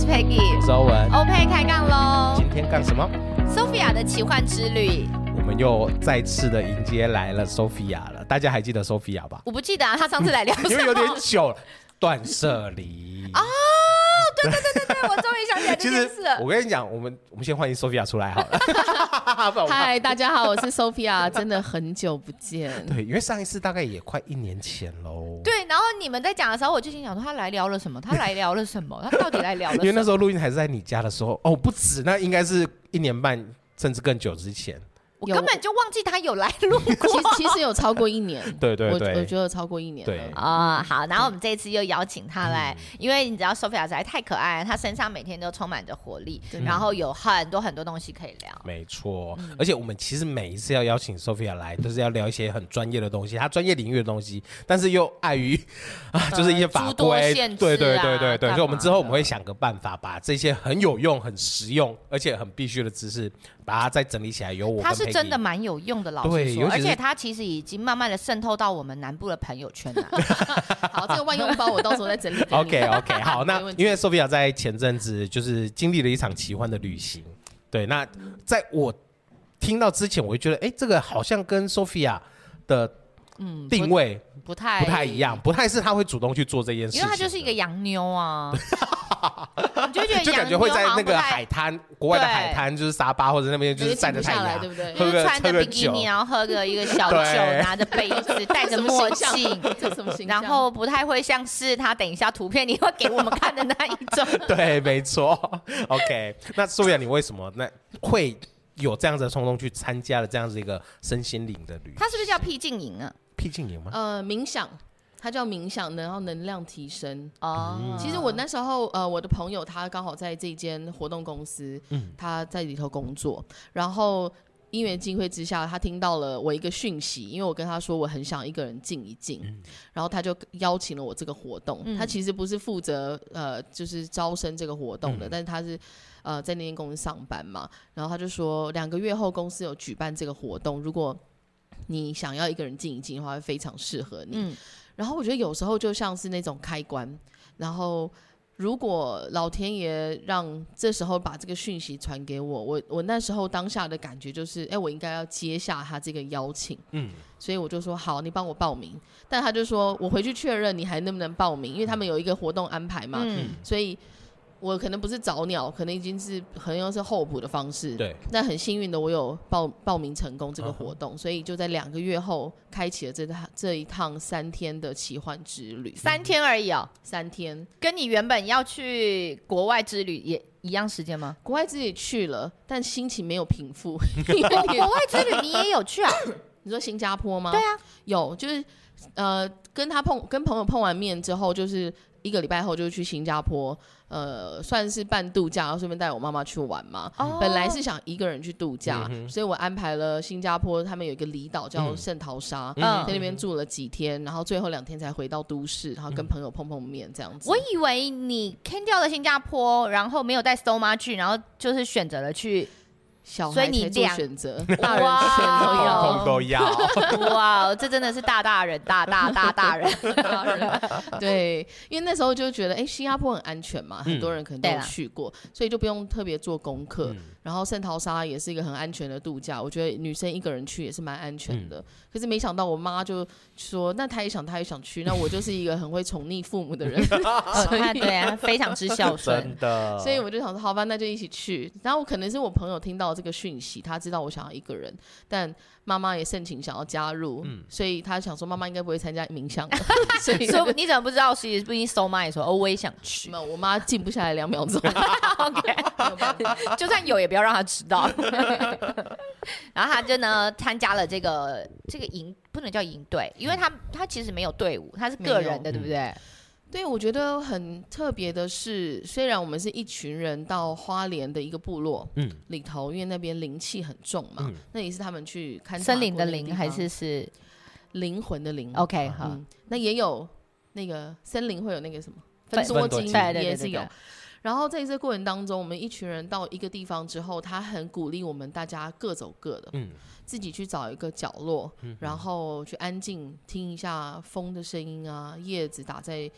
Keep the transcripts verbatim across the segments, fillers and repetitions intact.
Peggy， 我是欧文。 OK， 开杠喽！ 今天干什么 ？Sophia 的奇幻之旅， 我们又再次的迎接来了 Sophia 了。大家还记得 Sophia 吧？ 我不记得啊，她上次来聊什么？ 因为有点久了，断舍离。 哦，对对对对对，我终于想起来这件事了。 我跟你讲，我们我们先欢迎 Sophia 出来好了。 嗨，大家好，我是 Sophia， 真的很久不见。 对，因为上一次大概也快一年前喽。 对，然后你们在讲的时候，我就心想说，他来聊了什么？他来聊了什么？他到底来聊了什么？ 因为那时候录音还是在你家的时候，哦，不止，那应该是一年半甚至更久之前。 我根本就忘记他有来录过， 其实其实有超过一年， 对对对， 我, 我觉得超过一年了。 对啊、哦，好，然后我们这一次又邀请他来，嗯、因为你知道 Sophia 实在太可爱了，她身上每天都充满着活力，嗯、然后有很多很多东西可以聊。 没错、嗯，而且我们其实每一次要邀请 Sophia 来，都是要聊一些很专业的东西，她专业领域的东西，但是又碍于啊，就是一些法规、 呃、限制、啊， 对对对对对，所以我们之后我们会想个办法，把这些很有用、很实用，而且很必须的知识，把它再整理起来，由我跟 Peggy。 他是真的蛮有用。用的老实说，而且他其实已经慢慢的渗透到我们南部的朋友圈了。 好，这个万用包我到时候再整理。 OK OK， 好，那因为 Sophia 在前阵子就是经历了一场奇幻的旅行，对，那在我听到之前，我就觉得，哎，这个好像跟 Sophia 的定位不太不太一样，不太是他会主动去做这件事情， 因为他就是一个洋妞啊。你就觉得就感觉会在那个海滩，国外的海滩，就是沙巴或者那边就是晒着太阳， 对不对？ 就是穿着比基尼，然后喝个一个小酒，拿着杯子，戴着墨镜， 这什么形象？ 然后不太会像是他等一下图片你会给我们看的那一种。 对，没错。OK， 那Sophia你为什么那会有这样子的冲动去参加了这样子一个身心灵的旅行？ 他是不是叫僻静营啊？ 僻静营吗？ 呃，冥想。它叫冥想，然后能量提升。 哦、 嗯，其实我那时候，呃，我的朋友他刚好在这间活动公司，嗯，他在里头工作，然后因缘际会之下，他听到了我一个讯息，因为我跟他说我很想一个人静一静，嗯、然后他就邀请了我这个活动。嗯、他其实不是负责呃，就是招生这个活动的，嗯、但是他是呃在那间公司上班嘛，然后他就说两个月后公司有举办这个活动，如果你想要一个人静一静的话，会非常适合你。嗯，然后我觉得有时候就像是那种开关，然后如果老天爷让这时候把这个讯息传给我，我我那时候当下的感觉就是，哎，我应该要接下他这个邀请，嗯，所以我就说好，你帮我报名。但他就说我回去确认你还能不能报名，因为他们有一个活动安排嘛，嗯，所以我可能不是早鸟，可能已经是可能是候补的方式， 对。 但很幸运的，我有报报名成功这个活动，uh-huh. 所以就在两个月后开启了这这一趟三天的奇幻之旅。 三天而已哦， 三天， 跟你原本要去国外之旅也一样时间吗？ 国外之旅去了，但心情没有平复。 国外之旅你也有去啊？ 你说新加坡吗？ 对啊， 有，就是呃，跟他碰跟朋友碰完面之后，就是一个礼拜后就去新加坡。呃，算是办度假，然后顺便带我妈妈去玩嘛。哦、本来是想一个人去度假、嗯，所以我安排了新加坡，他们有一个离岛叫圣淘沙、嗯，在那边住了几天，然后最后两天才回到都市，然后跟朋友碰碰面这样子。 我以为你 can 掉了新加坡，然后没有带 Stoma 去，然后就是选择了去。 小孩才做选择，大人全都要， 通通都要。 哇，这真的是大大人，大大大大人， 大人。对，因为那时候就觉得，哎、欸，新加坡很安全嘛，嗯、很多人可能都有去过，所以就不用特别做功课。嗯、然后圣淘沙也是一个很安全的度假，我觉得女生一个人去也是蛮安全的。嗯、可是没想到我妈就说，那她也想，她也想去，那我就是一个很会宠溺父母的人， 所以对啊，非常之孝顺， 真的。 所以我就想说，好吧，那就一起去。然后可能是我朋友听到这个讯息，他知道我想要一个人，但妈妈也盛情想要加入，嗯、所以他想说妈妈应该不会参加冥想的，所以说你怎么不知道？其实不一定收妈也说哦，我也想去。 没有，我妈静不下来两秒钟。 OK， 就算有也不要让她知道。然后他就呢参加了这个这个营，不能叫营队，因为他他其实没有队伍，他是个人的，对不对？嗯对，我觉得很特别的是，虽然我们是一群人到花莲的一个部落、嗯、里头，因为那边灵气很重嘛，嗯、那也是他们去勘察森林的灵还是是灵魂的灵 ？OK， 好、 嗯，那也有那个森林会有那个什么分多精也是有。然后在这过程当中，我们一群人到一个地方之后，他很鼓励我们大家各走各的，嗯、自己去找一个角落，嗯、然后去安静听一下风的声音啊，叶子打在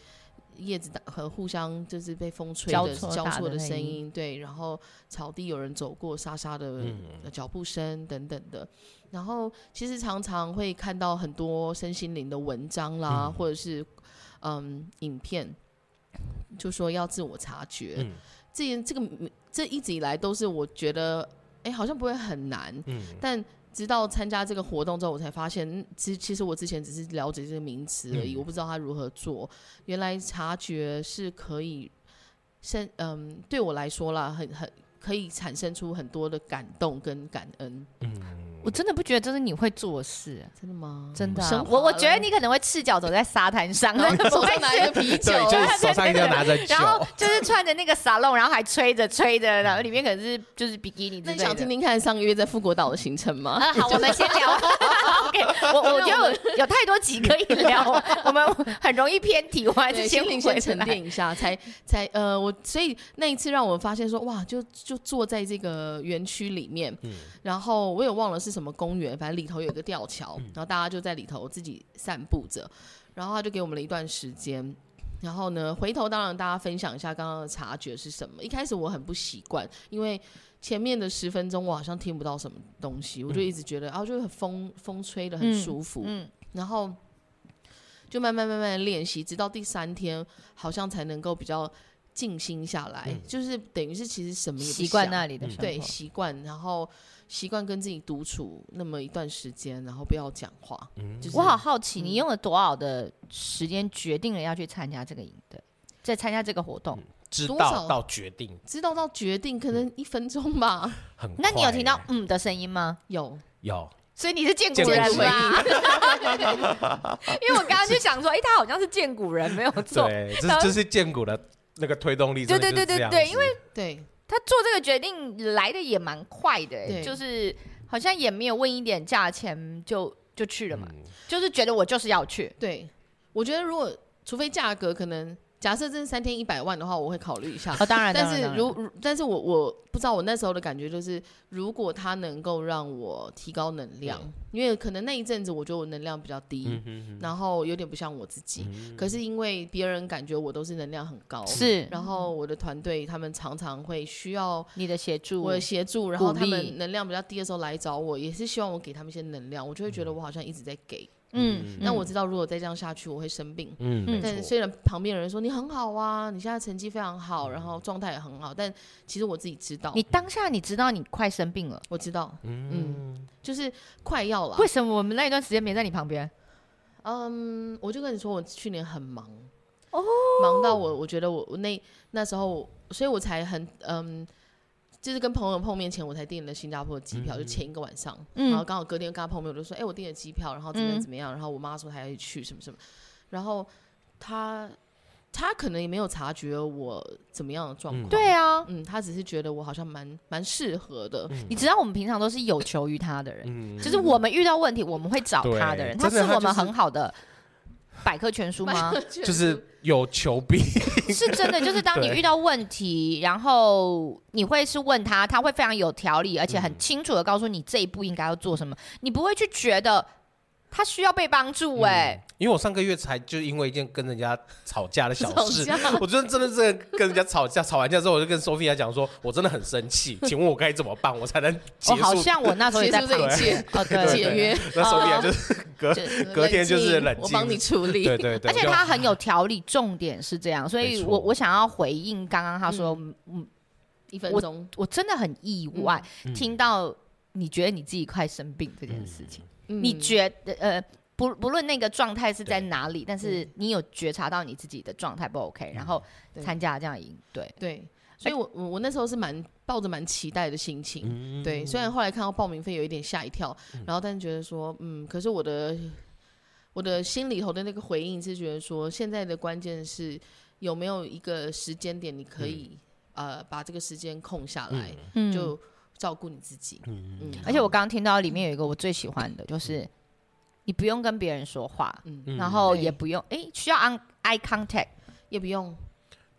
叶子和互相就是被风吹的交错的声音，对，然后草地有人走过沙沙的脚步声等等的，然后其实常常会看到很多身心灵的文章啦，嗯、或者是嗯影片，就说要自我察觉，嗯、这这个这一直以来都是我觉得，哎，好像不会很难，嗯、但直到参加这个活动之后，我才发现，其其实我之前只是了解这个名词而已，嗯、我不知道它如何做。原来察觉是可以，嗯，对我来说啦，很很可以产生出很多的感动跟感恩。嗯， 我真的不觉得这是你会做的事， 真的吗？ 真的、啊，我我觉得你可能会赤脚走在沙滩上，然后手上拿一个啤酒， 对，就是手上一定要拿着酒， 然后就是穿着那个沙龙，然后还吹着吹着，然后里面可能是就是比基尼之类的。 那你想听听看上个月在富国岛的行程吗？ 啊，好，我们先聊。OK， 我我觉得有有太多集可以聊，我们很容易偏题，我还是先先沉淀一下，才才呃，我所以那一次让我发现说，哇，就就坐在这个园区里面，嗯、然后我也忘了是什么公园，反正里头有一个吊桥，然后大家就在里头自己散步着，然后他就给我们了一段时间，然后呢，回头当然大家分享一下刚刚的察觉是什么。一开始我很不习惯，因为前面的十分钟我好像听不到什么东西，我就一直觉得啊，就很风风吹得很舒服，嗯嗯、然后就慢慢慢慢的练习，直到第三天好像才能够比较静心下来，嗯、就是等于是其实什么也不想， 习惯那里的生活， 对，习惯，然后习惯跟自己独处那么一段时间，然后不要讲话。嗯就是、 我好好奇，你用了多少的时间决定了要去参加这个营队，在参加这个活动？嗯、 知道到决定， 知道到决定，可能一分钟吧。 嗯、很快。 那你有听到嗯的声音吗？ 有， 有。 所以你是见骨人吗？因为我刚刚就想说，哎、欸，他好像是见骨人，没有错。 对，这这是见骨的那个推动力。 对对对对对，因为对他做这个决定来的也蛮快的、欸，就是好像也没有问一点价钱就就去了嘛，嗯、就是觉得我就是要去。 对，我觉得如果除非价格可能。假设这是三天一百万的话，我会考虑一下。 哦，当然， 但是如但是我我不知道，我那时候的感觉就是，如果它能够让我提高能量，嗯、因为可能那一阵子我觉得我能量比较低，嗯、哼哼然后有点不像我自己。嗯、可是因为别人感觉我都是能量很高， 是， 然后我的团队他们常常会需要你的协助， 我的协助，然后他们能量比较低的时候来找我，也是希望我给他们一些能量，我就会觉得我好像一直在给。嗯，那我知道如果再这样下去我会生病。嗯，但虽然旁边有人说你很好啊，你现在成绩非常好，然后状态也很好，但其实我自己知道， 你当下你知道你快生病了， 我知道，嗯，嗯就是快要了。 为什么我们那一段时间没在你旁边？ 嗯，我就跟你说，我去年很忙，哦，忙到我我觉得我我那那时候，所以我才很嗯。就是跟朋友碰面前，我才订了新加坡的机票，嗯、就前一个晚上，嗯、然后刚好隔天跟他碰面，我就说，哎、欸，我订了机票，然后怎么样怎么样，嗯、然后我妈说她要去什么什么，然后她她可能也没有察觉我怎么样的状况， 对啊， 嗯，她只是觉得我好像蛮蛮适合的。 嗯、你知道我们平常都是有求于他的人，嗯、就是我们遇到问题我们会找他的人，他是我们很好的百科全书吗？ 就是有求必是真的，就是当你遇到问题，然后你会是问他，他会非常有条理，而且很清楚的告诉你这一步应该要做什么，你不会去觉得他需要被帮助哎、欸嗯。因为我上个月才就因为一件跟人家吵架的小事，我真的真的是跟人家吵架，吵完架之后我就跟 Sophia 讲说，我真的很生气，请问我该怎么办，我才能结束？ 哦、好像我那时候也在这一切，哦对，解约。 那 Sophia 就是隔、哦、隔天就是冷静， 我帮你处理。 对对对， 而且他很有条理，重点是这样，所以我我想要回应刚刚他说，嗯，嗯一分钟， 我真的很意外、嗯、听到你觉得你自己快生病这件事情，嗯、你觉得呃。不不论那个状态是在哪里，但是你有觉察到你自己的状态不 OK，、嗯、然后参加这样营队， 对，所以我我那时候是蛮抱着蛮期待的心情，嗯、对，虽然后来看到报名费有一点吓一跳，嗯、然后但是觉得说，嗯，可是我的我的心里头的那个回应是觉得说，现在的关键是有没有一个时间点你可以、嗯、呃把这个时间空下来，嗯、就照顾你自己，嗯嗯、而且我刚刚听到里面有一个我最喜欢的就是。你不用跟别人说话，嗯、然后也不用，哎、欸，需要 eye contact 也不用，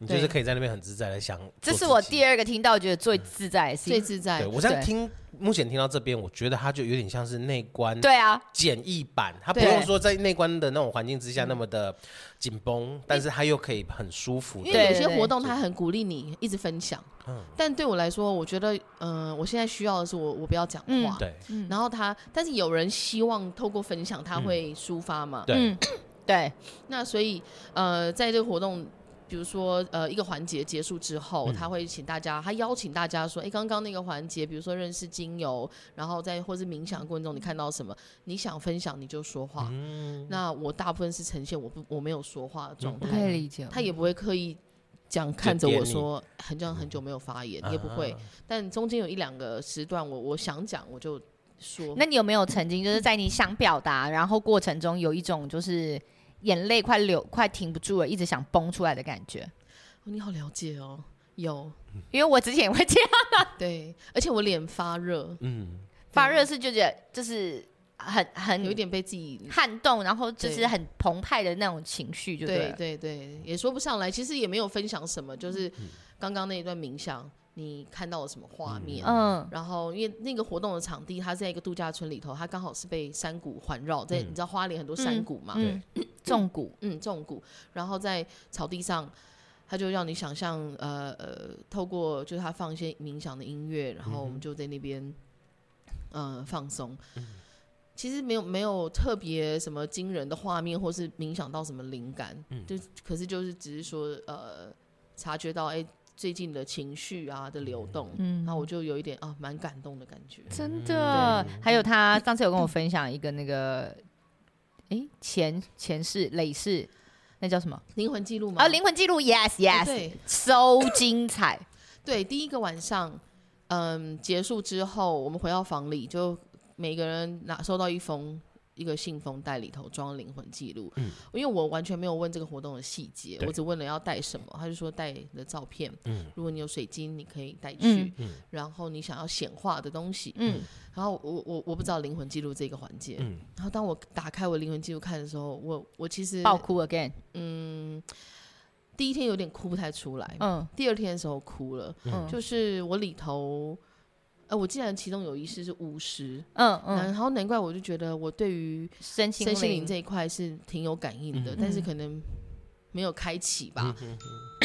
你就是可以在那边很自在的想。 这是我第二个听到觉得最自在的事情， 最自在。 对我这样听，目前听到这边，我觉得它就有点像是内观， 对啊， 简易版，它不用说在内观的那种环境之下那么的紧绷，但是它又可以很舒服。 因为有些活动它很鼓励你一直分享，但对我来说，我觉得，呃，我现在需要的是我我不要讲话， 嗯、 对， 然后他，但是有人希望透过分享他会抒发嘛， 对。 嗯对， 那所以呃，在这个活动，比如说呃一个环节结束之后， 嗯、 他会请大家，他邀请大家说，哎，刚刚那个环节，比如说认识精油，然后在或是冥想过程中你看到什么，你想分享你就说话。嗯、那我大部分是呈现我不我没有说话的状态， 可以理解， 他也不会刻意讲看着我说很久很久没有发言，也不会。但中间有一两个时段我，我我想讲我就说。 那你有没有曾经就是在你想表达，然后过程中有一种就是眼泪快流快停不住了，一直想崩出来的感觉？ 哦，你好了解哦，有， 因为我之前也会这样啊。 对，而且我脸发热， 嗯， 发热是就觉得就是很很有一点被自己撼动，然后就是很澎湃的那种情绪，就对对对对，也说不上来。其实也没有分享什么，就是刚刚那一段冥想。你看到了什么画面？嗯，然后因为那个活动的场地，它在一个度假村里头，它刚好是被山谷环绕，在、嗯、你知道花莲很多山谷嘛， 嗯，重谷， 嗯，重谷，然后在草地上，他就让你想象，呃呃，透过就是他放一些冥想的音乐，然后我们就在那边，呃，放松。嗯、其实没有没有特别什么惊人的画面，或是冥想到什么灵感，嗯、就可是就是只是说，呃，察觉到，哎、欸。最近的情绪啊的流动，嗯，然后我就有一点啊，蛮感动的感觉， 真的。还有他上次有跟我分享一个那个，哎、欸，前前世累世，那叫什么？ 灵魂记录吗？ 啊，灵魂记录 ，yes yes， 对 ，so 精彩。 对，第一个晚上，嗯，结束之后，我们回到房里，就每个人拿收到一封。一个信封袋里头装灵魂记录，嗯，因为我完全没有问这个活动的细节，我只问了要带什么，他就说带的照片，嗯，如果你有水晶，你可以带去，嗯，然后你想要显化的东西，嗯，然后我我我不知道灵魂记录这个环节，嗯，然后当我打开我灵魂记录看的时候，我我其实爆哭 again， 嗯，第一天有点哭不太出来，嗯，第二天的时候哭了，嗯，就是我里头。呃，我既然其中有一世是巫师，嗯嗯，然后难怪我就觉得我对于身心灵这一块是挺有感应的，嗯、但是可能没有开启吧，嗯、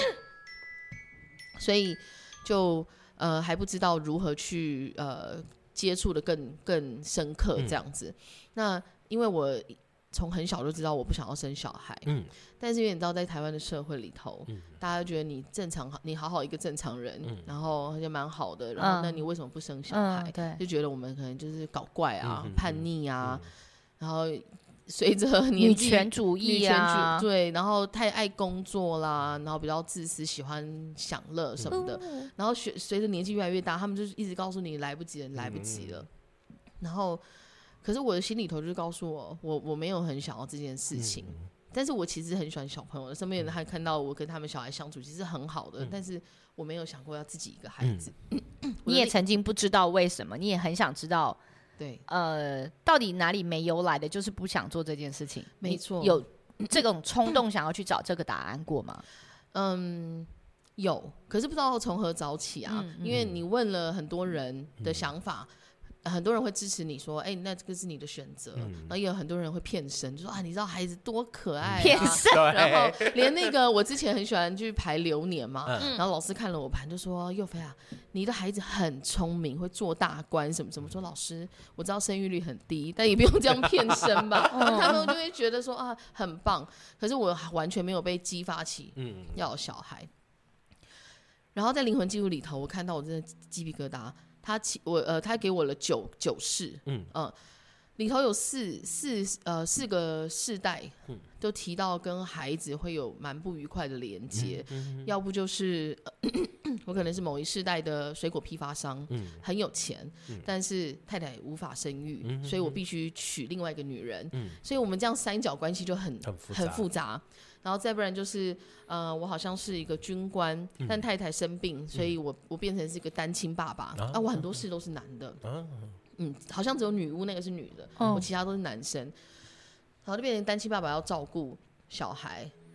所以就呃还不知道如何去呃接触的更更深刻这样子。嗯、那因为我从很小就知道我不想要生小孩，嗯，但是因为你知道在台湾的社会里头，嗯、大家觉得你正常，你好好一个正常人，嗯、然后就蛮好的，然后那你为什么不生小孩？ 嗯、对， 就觉得我们可能就是搞怪啊、嗯、叛逆啊，嗯、然后随着年纪女权主义啊， 对，然后太爱工作啦，然后比较自私，喜欢享乐什么的，嗯、然后随着年纪越来越大，他们就一直告诉你来不及了，来不及了，嗯、然后。可是我的心里头就告诉我，我我没有很想要这件事情，嗯、但是我其实很喜欢小朋友的，身边人还看到我跟他们小孩相处，其实很好的，嗯、但是我没有想过要自己一个孩子。 嗯、你也曾经不知道为什么，你也很想知道， 对， 呃，到底哪里没由来的，就是不想做这件事情。 没错， 有这种冲动想要去找这个答案过吗？ 嗯，有，可是不知道从何找起啊，嗯、因为你问了很多人的想法。嗯很多人会支持你说，哎、欸，那这个是你的选择。嗯、然后也有很多人会骗身，就说啊，你知道孩子多可爱、啊， 骗身。 然后连那个我之前很喜欢去排流年嘛，嗯、然后老师看了我盘就说，佑菲啊，你的孩子很聪明，会做大官什么什么。说老师，我知道生育率很低，但也不用这样骗身吧。嗯、他们就会觉得说啊，很棒。可是我完全没有被激发起要有小孩。然后在灵魂记录里头，我看到我真的鸡皮疙瘩。他我呃，他给我了九九世，嗯嗯、呃，里头有四四呃四个世代，嗯、都提到跟孩子会有蛮不愉快的连接，嗯嗯、要不就是、呃、我可能是某一世代的水果批发商，嗯、很有钱，嗯、但是太太无法生育，嗯、所以我必须娶另外一个女人，嗯、所以我们这样三角关系就很很复杂。 很复杂然后再不然就是，呃，我好像是一个军官，嗯、但太太生病，所以我我变成是一个单亲爸爸，嗯、啊，我很多事都是男的，啊、嗯，好像只有女巫那个是女的，哦、我其他都是男生，然后就变成单亲爸爸要照顾小孩，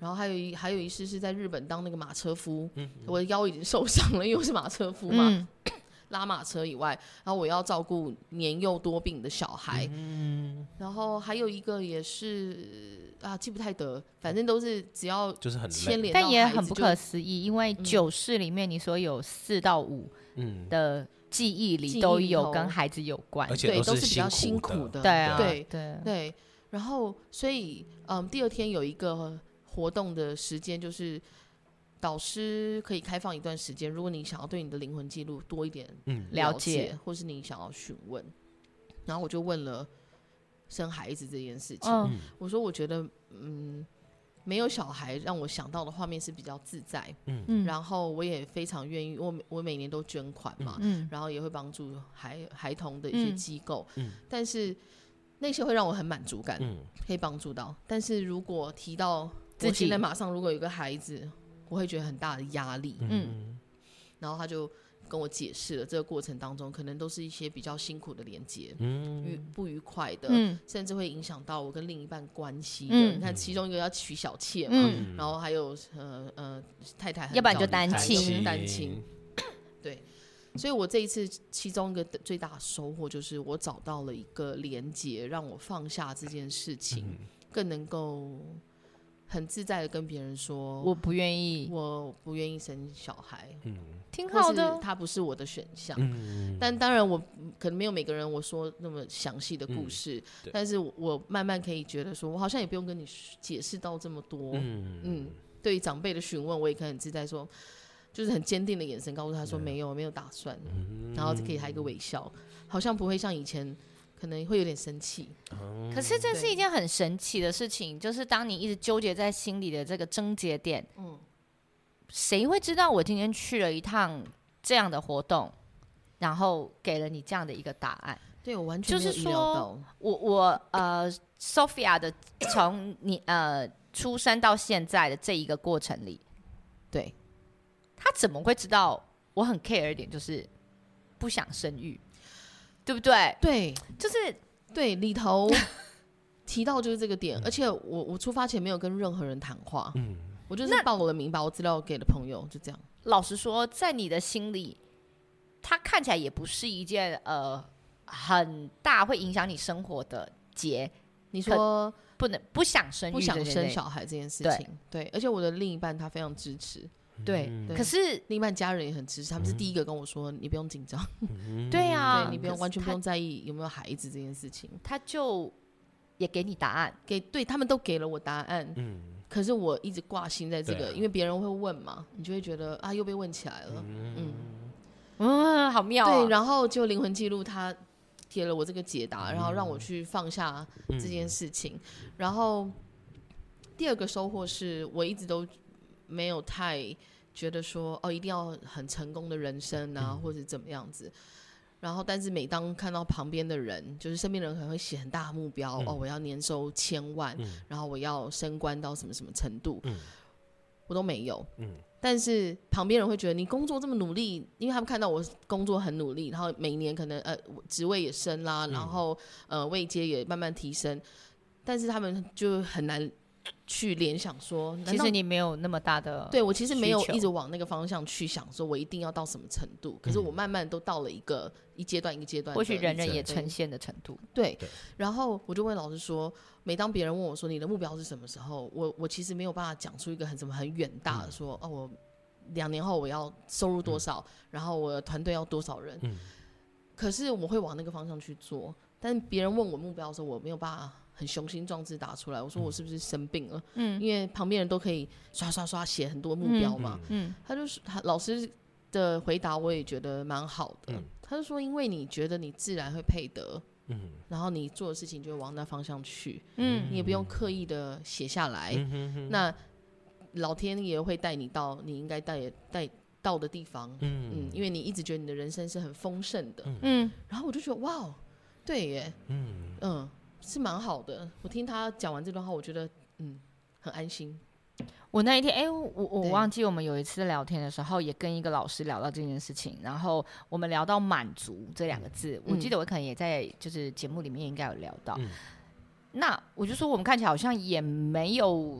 然后还有一还有一次是在日本当那个马车夫，嗯、我的腰已经受伤了，因为我是马车夫嘛。嗯拉马车以外，然后我要照顾年幼多病的小孩，嗯、然后还有一个也是啊，记不太得，反正都是只要就是很牵连到孩子， 但也很不可思议，因为九世里面你所有四到五的记忆里都有跟孩子有关， 而且都是比较辛苦的， 对啊， 对对对。然后所以嗯，第二天有一个活动的时间就是。导师可以开放一段时间，如果你想要对你的灵魂记录多一点了解，嗯、或是你想要询问，然后我就问了生孩子这件事情。嗯、我说我觉得，嗯，没有小孩让我想到的画面是比较自在，嗯，然后我也非常愿意，我我每年都捐款嘛，嗯，然后也会帮助孩孩童的一些机构，嗯，但是那些会让我很满足感，嗯，可以帮助到。但是如果提到我现在马上如果有个孩子。我会觉得很大的压力，嗯，然后他就跟我解释了这个过程当中，可能都是一些比较辛苦的连接，嗯，不愉快的，嗯，甚至会影响到我跟另一半关系的。嗯、你看，其中一个要娶小妾嘛，嗯、然后还有呃呃太太很， 要不然就单亲， 单亲，对。所以我这一次其中一个最大的收获就是我找到了一个连结，让我放下这件事情，嗯、更能够。很自在的跟别人说， 我不愿意， 我不愿意生小孩，嗯， 挺好的， 他不是我的选项。嗯、但当然，我可能没有每个人我说那么详细的故事，嗯、但是我慢慢可以觉得说，我好像也不用跟你解释到这么多。嗯, 嗯对于长辈的询问，我也可以很自在说，就是很坚定的眼神告诉他说，没有，没有打算，嗯、然后给他一个微笑，好像不会像以前。可能会有点生气， 可是这是一件很神奇的事情，就是当你一直纠结在心里的这个症结点，嗯，谁会知道我今天去了一趟这样的活动，然后给了你这样的一个答案？ 对，我完全没有意料到。就是说我我呃 ，Sophia 的从你呃出生到现在的这一个过程里， 对， 他怎么会知道我很 care 一点，就是不想生育？对不对？ 对， 就是对里头提到就是这个点，嗯、而且我我出发前没有跟任何人谈话，嗯，我就是报我的名，把我资料给了朋友，就这样。 老实说，在你的心里，它看起来也不是一件呃很大会影响你生活的结。 你说不能不想生育， 不想生小孩这件事情，对，对，而且我的另一半他非常支持。 对， 对， 可是另一半家人也很支持，他们是第一个跟我说：“你不用紧张。” 对啊， 对你不用完全不用在意有没有孩子这件事情。 他就也给你答案， 给对他们都给了我答案。嗯，可是我一直挂心在这个，啊、因为别人会问嘛，你就会觉得啊，又被问起来了。嗯， 嗯，好妙、啊。 对，然后就灵魂记录他贴了我这个解答，然后让我去放下这件事情。嗯、然后第二个收获是我一直都没有太觉得说哦，一定要很成功的人生啊，嗯、或者怎么样子。然后，但是每当看到旁边的人，就是身边的人可能会写很大的目标，嗯、哦，我要年收千万，嗯、然后我要升官到什么什么程度，嗯、我都没有。嗯、但是旁边人会觉得你工作这么努力，因为他们看到我工作很努力，然后每年可能呃职位也升啦，然后呃位阶也慢慢提升，但是他们就很难去联想说， 其实你没有那么大的， 对，我其实没有一直往那个方向去想，说我一定要到什么程度。可是我慢慢都到了一个一阶段一个阶段， 或许人人也呈现的程度。 对，对，然后我就问老师说，每当别人问我说你的目标是什么时候，我我其实没有办法讲出一个很什么很远大的说，嗯、哦，我两年后我要收入多少，嗯、然后我的团队要多少人。嗯、可是我会往那个方向去做，但别人问我目标的时候，我没有办法很雄心壮志打出来。我说我是不是生病了？嗯，因为旁边人都可以刷刷刷写很多目标嘛。嗯，嗯他就是他老师的回答，我也觉得蛮好的。嗯、他就说，因为你觉得你自然会配得，嗯，然后你做的事情就会往那方向去，嗯，你也不用刻意的写下来，嗯哼哼，那老天爷会带你到你应该带带到的地方，嗯嗯，因为你一直觉得你的人生是很丰盛的，嗯，然后我就觉得哇，对耶，嗯嗯。是蛮好的，我听他讲完这段话，我觉得嗯很安心。 我那一天，哎、欸，我我忘记我们有一次聊天的时候，也跟一个老师聊到这件事情，然后我们聊到满足这两个字，嗯、我记得我可能也在就是节目里面应该有聊到。嗯、那我就说我们看起来好像也没有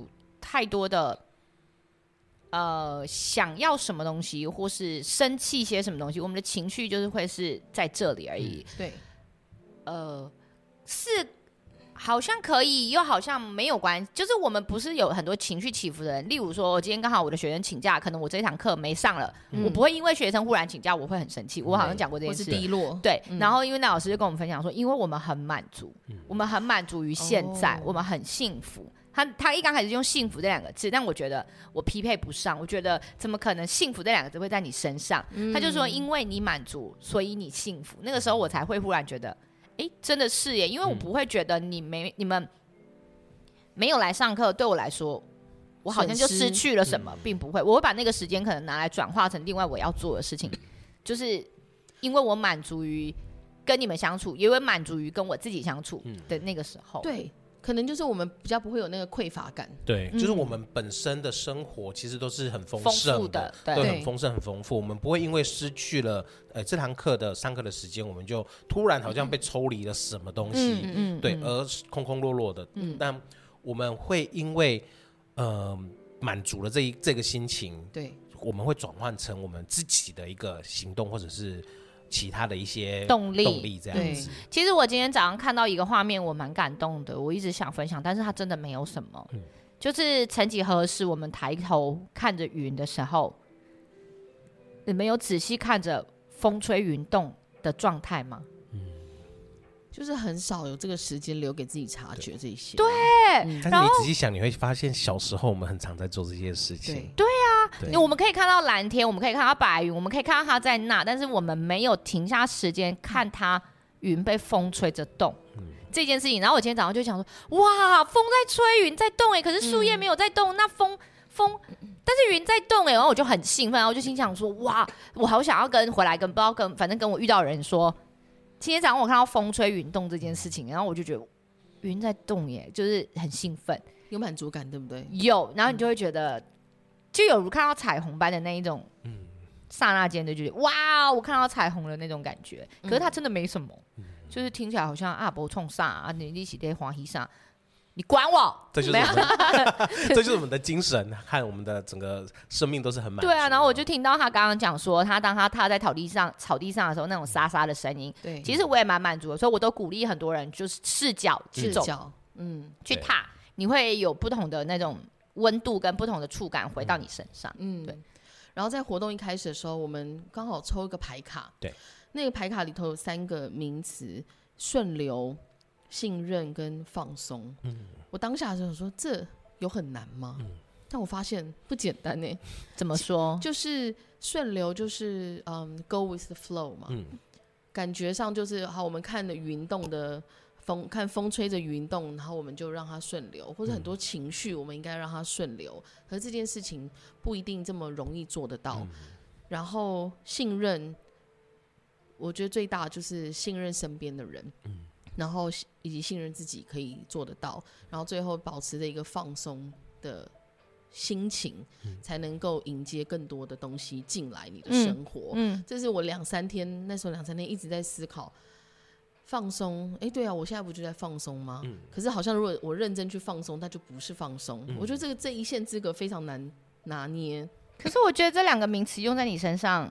太多的呃想要什么东西，或是生气些什么东西，我们的情绪就是会是在这里而已。 嗯、对， 呃，是好像可以，又好像没有关系。就是我们不是有很多情绪起伏的人，例如说，今天刚好我的学生请假，可能我这一堂课没上了，嗯、我不会因为学生忽然请假，我会很生气。我好像讲过这件事， 或是低落。 对，嗯、然后因为那老师就跟我们分享说，因为我们很满足，嗯、我们很满足于现在，哦、我们很幸福。他他一刚开始用幸福这两个字，但我觉得我匹配不上，我觉得怎么可能幸福这两个字会在你身上？嗯、他就说，因为你满足，所以你幸福。那个时候我才会忽然觉得，哎，真的是耶，因为我不会觉得你没你们没有来上课，对我来说，我好像就失去了什么，并不会。我会把那个时间可能拿来转化成另外我要做的事情，就是因为我满足于跟你们相处，也会满足于跟我自己相处的那个时候。 对。可能就是我们比较不会有那个匮乏感， 对，嗯、就是我们本身的生活其实都是很丰盛的， 的对，很丰盛、很丰富。我们不会因为失去了呃这堂课的上课的时间，我们就突然好像被抽离了什么东西，嗯嗯、对，而空空落落的。嗯、但我们会因为呃满足了这一这个心情， 对， 我们会转换成我们自己的一个行动，或者是其他的一些动力， 动力这样子。 其实我今天早上看到一个画面，我蛮感动的，我一直想分享，但是它真的没有什么。嗯、就是曾几何时，我们抬头看着云的时候，你们有仔细看着风吹云动的状态吗？ 嗯，就是很少有这个时间留给自己察觉这些。 对， 嗯、但是你仔细想，你会发现小时候我们很常在做这些事情。 对，对啊。对，我们可以看到蓝天，我们可以看到白云，我们可以看到它在那，但是我们没有停下时间看它云被风吹着动、嗯、这件事情。然后我今天早上就想说，哇，风在吹，云在动哎，可是树叶没有在动，嗯、那风风，但是云在动哎，然后我就很兴奋，然后我就心想说，哇，我好想要跟回来跟不知道跟反正跟我遇到的人说，今天早上我看到风吹云动这件事情，然后我就觉得云在动耶，就是很兴奋， 有满足感，对不对？ 有，然后你就会觉得。嗯就有如看到彩虹般的那一种，嗯，刹那间的就觉得哇，我看到彩虹的那种感觉。可是它真的没什么，嗯、就是听起来好像啊，不冲啥啊，你一起在欢喜上，你管我？ 这就是我们，这就是我们的精神和我们的整个生命都是很满足。 对啊，然后我就听到他刚刚讲说，他当他踏在草地上、草地上的时候，那种沙沙的声音，对，其实我也蛮满足的，所以我都鼓励很多人就是视角去走，嗯，去踏，你会有不同的那种。温度跟不同的触感回到你身上，嗯，对。 然后在活动一开始的时候，我们刚好抽一个牌卡， 对， 那个牌卡里头有三个名词：顺流、信任跟放松。嗯，我当下就想说，这有很难吗？嗯，但我发现不简单呢。 怎么说？ 就是顺流，就是嗯 ，go with the flow 嘛。嗯，感觉上就是好，我们看的云动的。风看风吹着云动，然后我们就让它顺流，或者很多情绪我们应该让它顺流。可是这件事情不一定这么容易做得到。嗯、然后信任，我觉得最大就是信任身边的人，嗯、然后以及信任自己可以做得到，然后最后保持着一个放松的心情，嗯、才能够迎接更多的东西进来你的生活。嗯嗯、这是我两三天那时候两三天一直在思考。放松，哎，对啊，我现在不就在放松吗？嗯、可是好像如果我认真去放松，那就不是放松。嗯、我觉得这个这一线之隔非常难拿捏。 可是我觉得这两个名词用在你身上，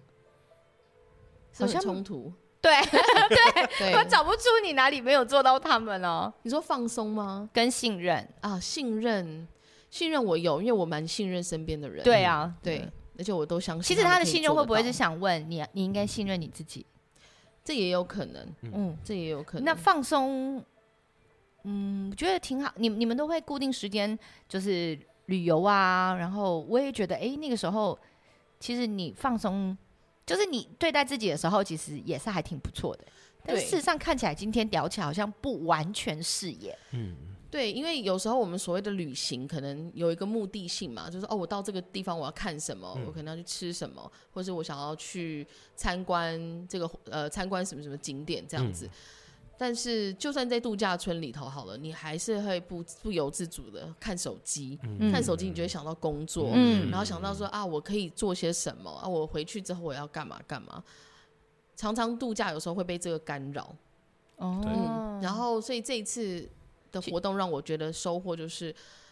好像冲突。 对对对，我找不出你哪里没有做到他们哦。 你说放松吗？ 跟信任啊，信任，信任我有，因为我蛮信任身边的人。 对啊， 对，对而且我都相信。 其实他的信任会不会是想问你，你应该信任你自己？ 这也有可能，嗯，这也有可能。 那放松，嗯，我觉得挺好。你你们都会固定时间，就是旅游啊。然后我也觉得，哎、欸，那个时候其实你放松，就是你对待自己的时候，其实也是还挺不错的。但事实上看起来，今天聊起来好像不完全是耶。嗯， 对，因为有时候我们所谓的旅行，可能有一个目的性嘛，就是哦，我到这个地方我要看什么，嗯、我可能要去吃什么，或是我想要去参观这个呃参观什么什么景点这样子。嗯、但是就算在度假村里头好了，你还是会不不由自主的看手机，嗯、看手机你就会想到工作，嗯、然后想到说啊，我可以做些什么啊，我回去之后我要干嘛干嘛。常常度假有时候会被这个干扰，哦，嗯，然后所以这一次的活动让我觉得收获就是，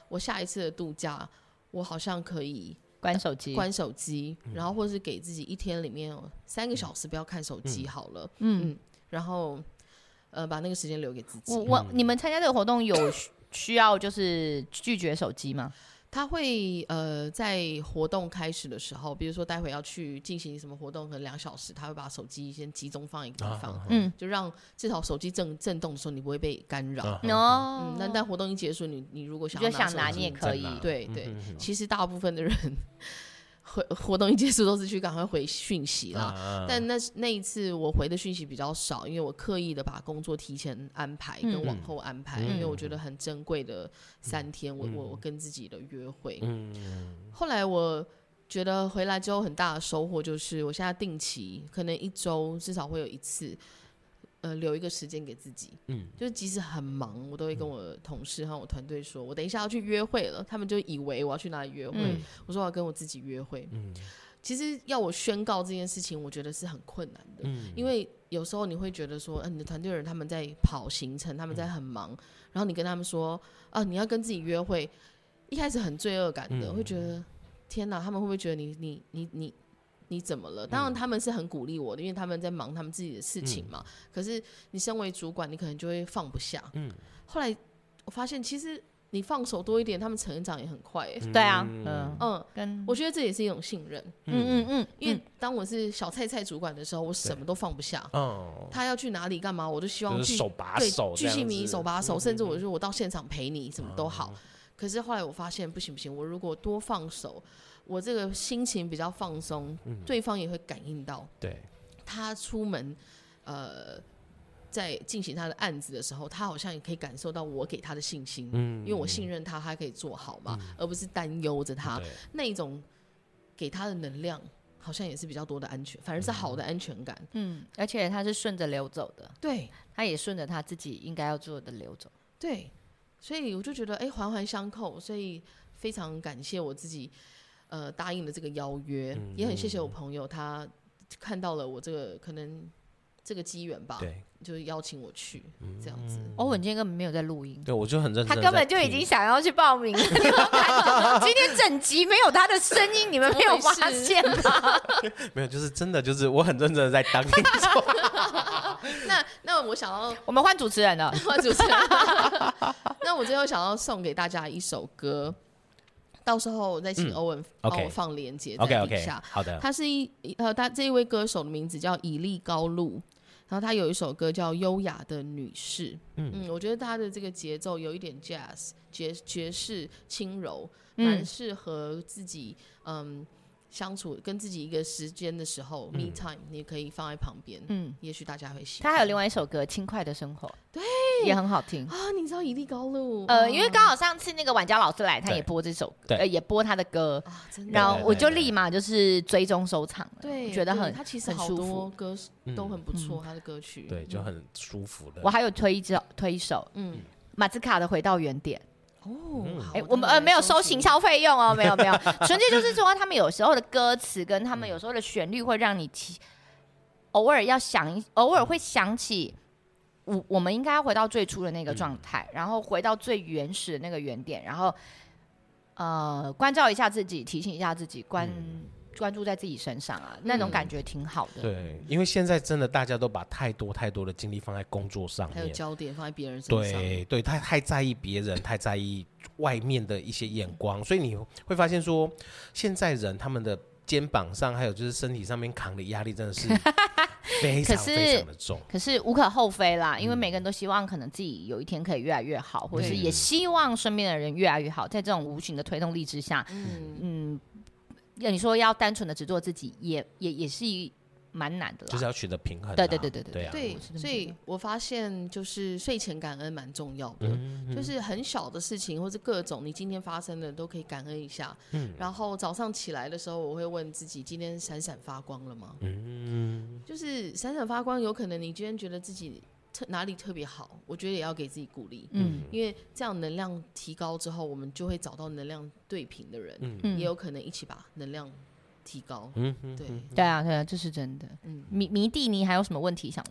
我下一次的度假，我好像可以关手机， 关手机，然后或是给自己一天里面有三个小时不要看手机好了， 嗯， 嗯，然后呃把那个时间留给自己。 我我你们参加这个活动有需要就是拒绝手机吗？ 他会呃在活动开始的时候，比如说待会要去进行什么活动，可能两小时，他会把手机先集中放一个地方，啊、嗯，就让至少手机震震动的时候你不会被干扰。 哦、 嗯，那但活动一结束，你你如果想要拿手机， 就想拿你也可以。 对对、嗯，其实大部分的人。活活动一结束都是去赶快回讯息啦，啊、但那那一次我回的讯息比较少，因为我刻意的把工作提前安排跟往后安排，嗯、因为我觉得很珍贵的三天，嗯、我我跟自己的约会。嗯、后来我觉得回来之后很大的收获就是，我现在定期可能一周至少会有一次。呃，留一个时间给自己，嗯，就是即使很忙，我都会跟我同事和我团队说，我等一下要去约会了，他们就以为我要去哪里约会，嗯、我说我要跟我自己约会，嗯，其实要我宣告这件事情，我觉得是很困难的，嗯，因为有时候你会觉得说，呃，你的团队人他们在跑行程，他们在很忙，嗯、然后你跟他们说，啊，你要跟自己约会，一开始很罪恶感的，嗯、会觉得天哪，他们会不会觉得你你你你。你怎么了？当然他们是很鼓励我的，因为他们在忙他们自己的事情嘛。嗯、可是你身为主管，你可能就会放不下。嗯、后来我发现，其实你放手多一点，他们成长也很快。嗯、 对啊，嗯嗯，跟我觉得这也是一种信任。嗯嗯嗯，因为当我是小菜菜主管的时候，我什么都放不下。哦，他要去哪里干嘛，我就希望手把手， 对，巨细靡手把手，嗯、甚至我就说我到现场陪你，什么都好。嗯、可是后来我发现不行不行，我如果多放手。我这个心情比较放松，嗯、对方也会感应到。 对， 他出门，呃，在进行他的案子的时候，他好像也可以感受到我给他的信心，嗯、因为我信任他，他可以做好嘛，嗯、而不是担忧着他。那一种给他的能量，好像也是比较多的安全，反而是好的安全感。 嗯，而且他是顺着流走的， 对， 他也顺着他自己应该要做的流走。 对，所以我就觉得，哎，环环相扣，所以非常感谢我自己。呃，答应了这个邀约，嗯、也很谢谢我朋友，他看到了我这个可能这个机缘吧，对，就是邀请我去、嗯、这样子。 欧文今天根本没有在录音， 对，我就很认真， 他根本就已经想要去报名了。今天整集没有他的声音，你们没有发现吗？ 没有，就是真的，就是我很认真的在当听众。 那那我想要， 我们换主持人了， 换主持人。那我最后想要送给大家一首歌。到时候我再请欧文帮我放连结在底下。 Okay, okay, 好的。 他是一呃，他这一位歌手的名字叫以利高露，然后他有一首歌叫《优雅的女士》。嗯, 嗯，我觉得他的这个节奏有一点 jazz 爵爵士轻柔，蛮适合自己嗯相处跟自己一个时间的时候、嗯、，me time， 你可以放在旁边。嗯，也许大家会喜欢。 他还有另外一首歌《轻快的生活》， 对， 也很好听啊。你知道以利高露？ 呃，因为刚好上次那个婉佳老师来，他也播这首歌，呃，也播他的歌，啊、真的然后我就立马就是追踪收藏了， 对， 觉得很他其实好多歌都很不错、嗯，他的歌曲， 对，就很舒服的。 我还有推一推一首，嗯，马兹卡的《回到原点》。 哦， 哎、欸，我们呃没有收行销费用哦，没有没有，纯粹就是说他们有时候的歌词跟他们有时候的旋律会让你偶尔要想，偶尔会想起我我们应该要回到最初的那个状态、嗯，然后回到最原始的那个原点，然后呃关照一下自己，提醒一下自己关。嗯关注在自己身上啊，那种感觉挺好的。 对，因为现在真的大家都把太多太多的精力放在工作上面， 还有焦点放在别人身上。对对，太太在意别人，太在意外面的一些眼光，所以你会发现说，现在人他们的肩膀上还有就是身体上面扛的压力真的是非常非常的重。 可是无可厚非啦，因为每个人都希望可能自己有一天可以越来越好，或者是也希望身边的人越来越好，在这种无形的推动力之下，嗯。嗯你说要单纯的只做自己，也也也是蛮难的啦， 就是要取得平衡、啊。 对对对对对对、啊、 对，所以我发现就是睡前感恩蛮重要的、嗯嗯，就是很小的事情或是各种你今天发生的都可以感恩一下。嗯，然后早上起来的时候，我会问自己：今天闪闪发光了吗？嗯，就是闪闪发光，有可能你今天觉得自己特哪里特别好，我觉得也要给自己鼓励。嗯，因为这样能量提高之后，我们就会找到能量对频的人，嗯，也有可能一起把能量提高。嗯，对， 对啊，对啊，这是真的。嗯，迷迷弟，你还有什么问题想问？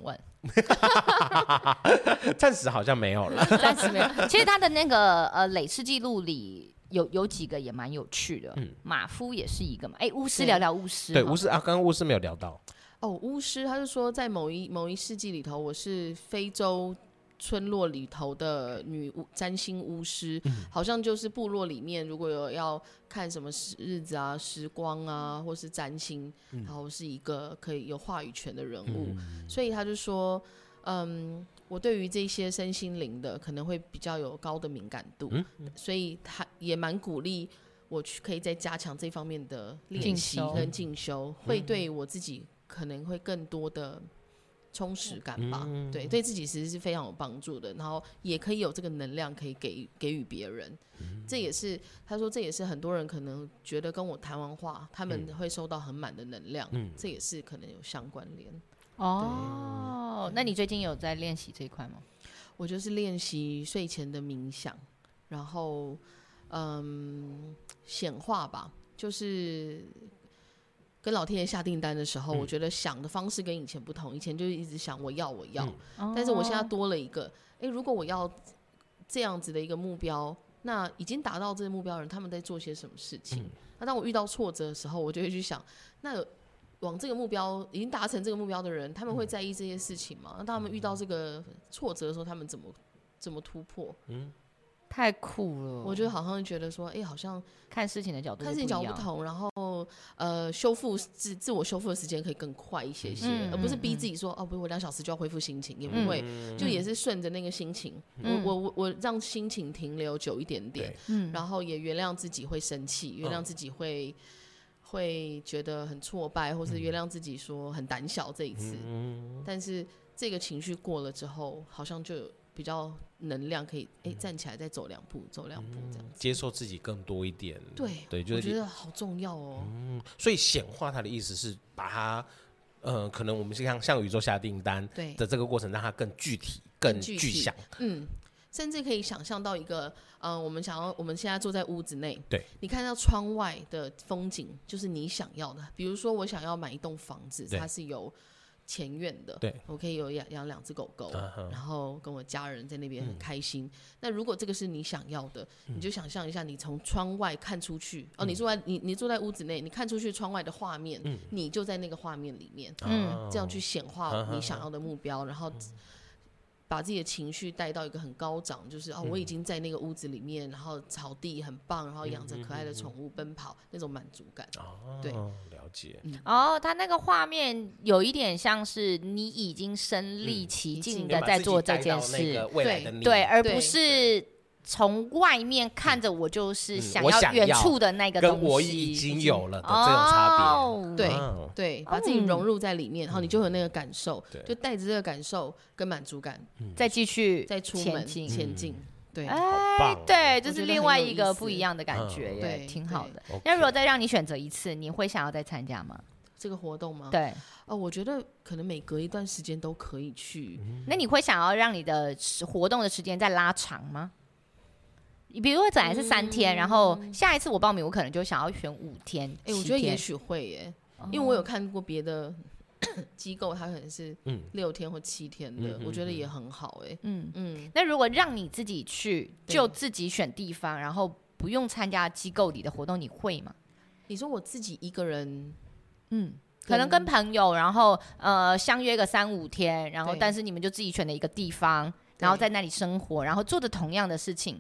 暂时好像没有了， 暂时没有。其实他的那个呃累世记录里有有几个也蛮有趣的，嗯、马夫也是一个嘛。哎，巫师聊聊巫师， 对巫师啊，刚刚巫师没有聊到。 哦，巫师他就说在某一某一世纪里头，我是非洲村落里头的女占星巫师、嗯，好像就是部落里面如果有要看什么日子啊、时光啊，或是占星，嗯、然后是一个可以有话语权的人物，嗯、所以他就说，嗯，我对于这些身心灵的可能会比较有高的敏感度，嗯、所以他也蛮鼓励我去可以再加强这方面的练习跟进修，嗯、会对我自己可能会更多的充实感吧，嗯、对，对自己其实是非常有帮助的，然后也可以有这个能量可以给给予别人，嗯、这也是他说这也是很多人可能觉得跟我谈完话，他们会收到很满的能量，嗯、这也是可能有相关联。 哦，那你最近有在练习这一块吗？ 我就是练习睡前的冥想，然后嗯显化吧，就是跟老天爷下订单的时候，嗯、我觉得想的方式跟以前不同。以前就是一直想我要我要，嗯、但是我现在多了一个，哎，如果我要这样子的一个目标，那已经达到这个目标的人，他们在做些什么事情？嗯、那当我遇到挫折的时候，我就会去想，那往这个目标已经达成这个目标的人，他们会在意这些事情吗？那当他们遇到这个挫折的时候，他们怎么怎么突破？嗯。 太酷了！ 我就好像觉得说，哎、欸，好像看事情的角度看事情角度不同，然后呃，修复自自我修复的时间可以更快一些些，嗯、而不是逼自己说，嗯、哦，不，我两小时就要恢复心情，也不会，嗯、就也是顺着那个心情，嗯、我我我让心情停留久一点点，嗯、然后也原谅自己会生气，原谅自己会、嗯、会觉得很挫败，或是原谅自己说很胆小这一次，嗯、但是这个情绪过了之后，好像就有比较能量可以哎、欸、站起来再走两步，走两步这样子， 接受自己更多一点。 对对，就是我觉得好重要哦。 嗯，所以显化它的意思是把它，呃，可能我们是像向宇宙下订单的这个过程，让它更具体、更具象。 嗯，甚至可以想象到一个，呃，我们想要，我们现在坐在屋子内， 对， 你看到窗外的风景，就是你想要的。比如说，我想要买一栋房子，它是有前院的， 对， 我可以有养养两只狗狗， uh-huh. 然后跟我家人在那边很开心。嗯、那如果这个是你想要的，嗯、你就想象一下，你从窗外看出去，嗯、哦，你坐在你你坐在屋子内，你看出去窗外的画面，嗯、你就在那个画面里面，嗯，这样去显化你想要的目标，嗯、然后把自己的情绪带到一个很高涨，就是哦，我已经在那个屋子里面，然后草地很棒，然后养着可爱的宠物奔跑，那种满足感。哦，对， 了解。 嗯、哦，他那个画面有一点像是你已经身临其境的在做这件事， 嗯、对对，而不是从外面看着我就是想要远处的那个东西， 跟我已经有了的这种差别。 哦、对、嗯、对，把自己融入在里面，然后你就有那个感受，嗯、就带着这个感受跟满足感， 嗯、再继续再出门前进。前进嗯对， 哎，对，这是另外一个不一样的感觉耶，对，挺好的。那如果再让你选择一次，你会想要再参加吗？ 这个活动吗？ 对， 哦，我觉得可能每隔一段时间都可以去。 嗯、那你会想要让你的活动的时间再拉长吗？比如说本来是三天，嗯、然后下一次我报名，我可能就想要选五天。哎、 欸，我觉得也许会耶，哦、因为我有看过别的机构，它可能是六天或七天的，嗯、我觉得也很好哎。 嗯嗯。那如果让你自己去，就自己选地方，然后不用参加机构里的活动，你会吗？ 你说我自己一个人， 嗯，可能跟朋友，然后呃相约个三五天，然后但是你们就自己选了一个地方，然后在那里生活，然后做的同样的事情。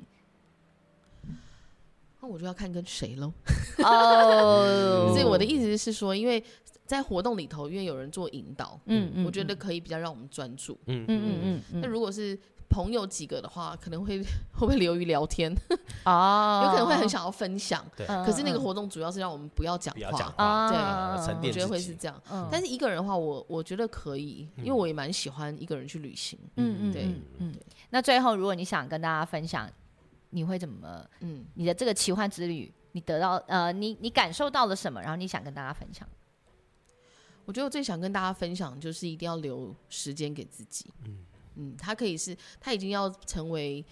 那我就要看跟谁咯。 哦， 所以我的意思是说，因为在活动里头，因为有人做引导，嗯嗯，我觉得可以比较让我们专注，嗯嗯嗯嗯。那如果是朋友几个的话，可能会会不会流于聊天？哦，有可能会很想要分享，对。可是那个活动主要是让我们不要讲话，对，我觉得会是这样。但是一个人的话，我我觉得可以，因为我也蛮喜欢一个人去旅行。嗯嗯，对， 嗯。那最后，如果你想跟大家分享，你会怎么？嗯，你的这个奇幻之旅，你得到呃，你你感受到了什么？然后你想跟大家分享？ 我觉得我最想跟大家分享，就是一定要留时间给自己。嗯嗯，他可以是，他已经要成为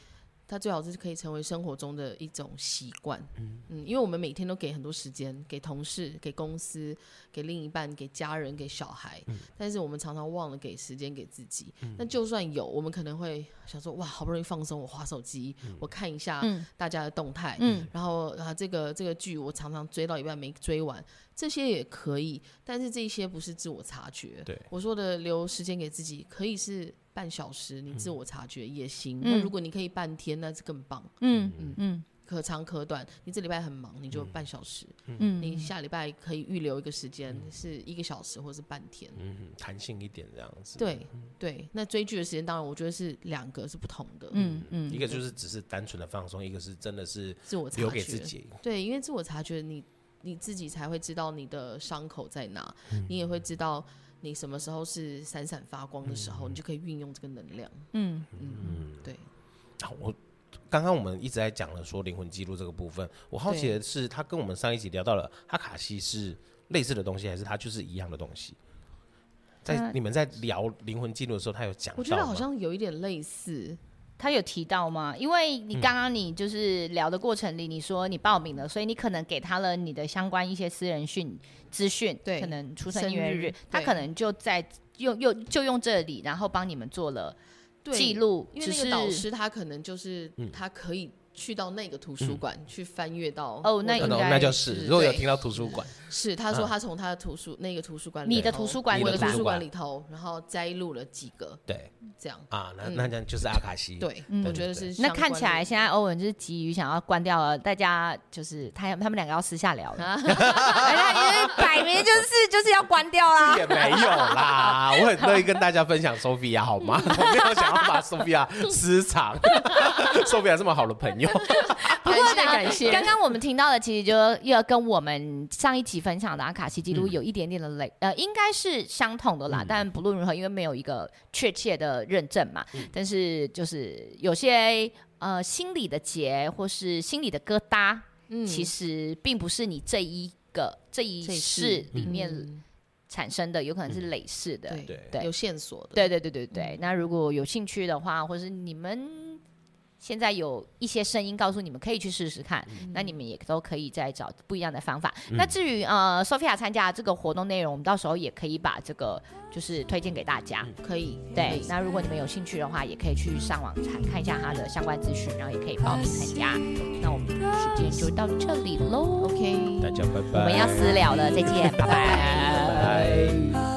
它最好是可以成为生活中的一种习惯。嗯嗯，因为我们每天都给很多时间给同事、给公司、给另一半、给家人、给小孩，嗯、但是我们常常忘了给时间给自己。嗯、那就算有，我们可能会想说，哇，好不容易放松，我滑手机，嗯、我看一下大家的动态，嗯、然后啊，这个这个剧我常常追到一半没追完。这些也可以，但是这些不是自我察觉。 对， 我说的留时间给自己，可以是半小时，你自我察觉也行。嗯、那如果你可以半天，那是更棒。嗯嗯嗯，可长可短。你这礼拜很忙，你就半小时。嗯，你下礼拜可以预留一个时间，嗯、是一个小时或是半天。 嗯，弹性一点这样子。 对、嗯、对，那追剧的时间，当然我觉得是两个是不同的。 嗯嗯，一个就是只是单纯的放松，一个是真的是自我察觉留给自己。 对，因为自我察觉你。你自己才会知道你的伤口在哪，嗯、你也会知道你什么时候是闪闪发光的时候，嗯、你就可以运用这个能量。嗯嗯嗯，对。 我刚刚我们一直在讲了说灵魂记录这个部分，我好奇的是，他跟我们上一集聊到了哈卡西是类似的东西，还是它就是一样的东西？在你们在聊灵魂记录的时候，他有讲到吗？ 我觉得好像有一点类似。 他有提到吗？因为你刚刚你就是聊的过程里，你说你报名了，所以你可能给他了你的相关一些私人讯资讯， 对， 可能出生年月日，他可能就在用用就用这里，然后帮你们做了记录。 因为那个导师他可能就是他可以去到那个图书馆、嗯、去翻阅到哦，那应该那就是如果有听到图书馆， 是他说他从他的图书、嗯、那个图书馆里头， 你的图书馆我的图书馆里头，然后摘录了几个， 对， 这样啊，那那这样就是阿卡西， 对，嗯、我觉得是。 那看起来现在欧文就是急于想要关掉了，大家就是他他们两个要私下聊了，人家摆明就是就是要关掉啦， 也没有啦，我很乐意跟大家分享 Sophia 好吗？我没有想要把 Sophia 私藏，Sophia 这么好的朋友。 不过感谢，刚刚我们听到的其实就要跟我们上一集分享的阿卡西记录有一点点的类，嗯、呃，应该是相同的啦。嗯、但不论如何，因为没有一个确切的认证嘛，嗯、但是就是有些呃心理的结或是心理的疙瘩，嗯、其实并不是你这一个这一世里面产生的，有可能是累世的， 嗯、对对，有线索的， 对对对对对。嗯、那如果有兴趣的话，或是你们。现在有一些声音告诉你们可以去试试看，嗯、那你们也都可以再找不一样的方法。嗯、那至于呃 Sophia 参加这个活动内容，我们到时候也可以把这个就是推荐给大家， 嗯、可以。 对，那如果你们有兴趣的话，也可以去上网看看一下他的相关资讯，然后也可以报名参加。那我们时间就到这里喽 ，OK， 大家拜拜， 我们要私聊了，再见，拜拜。 拜拜。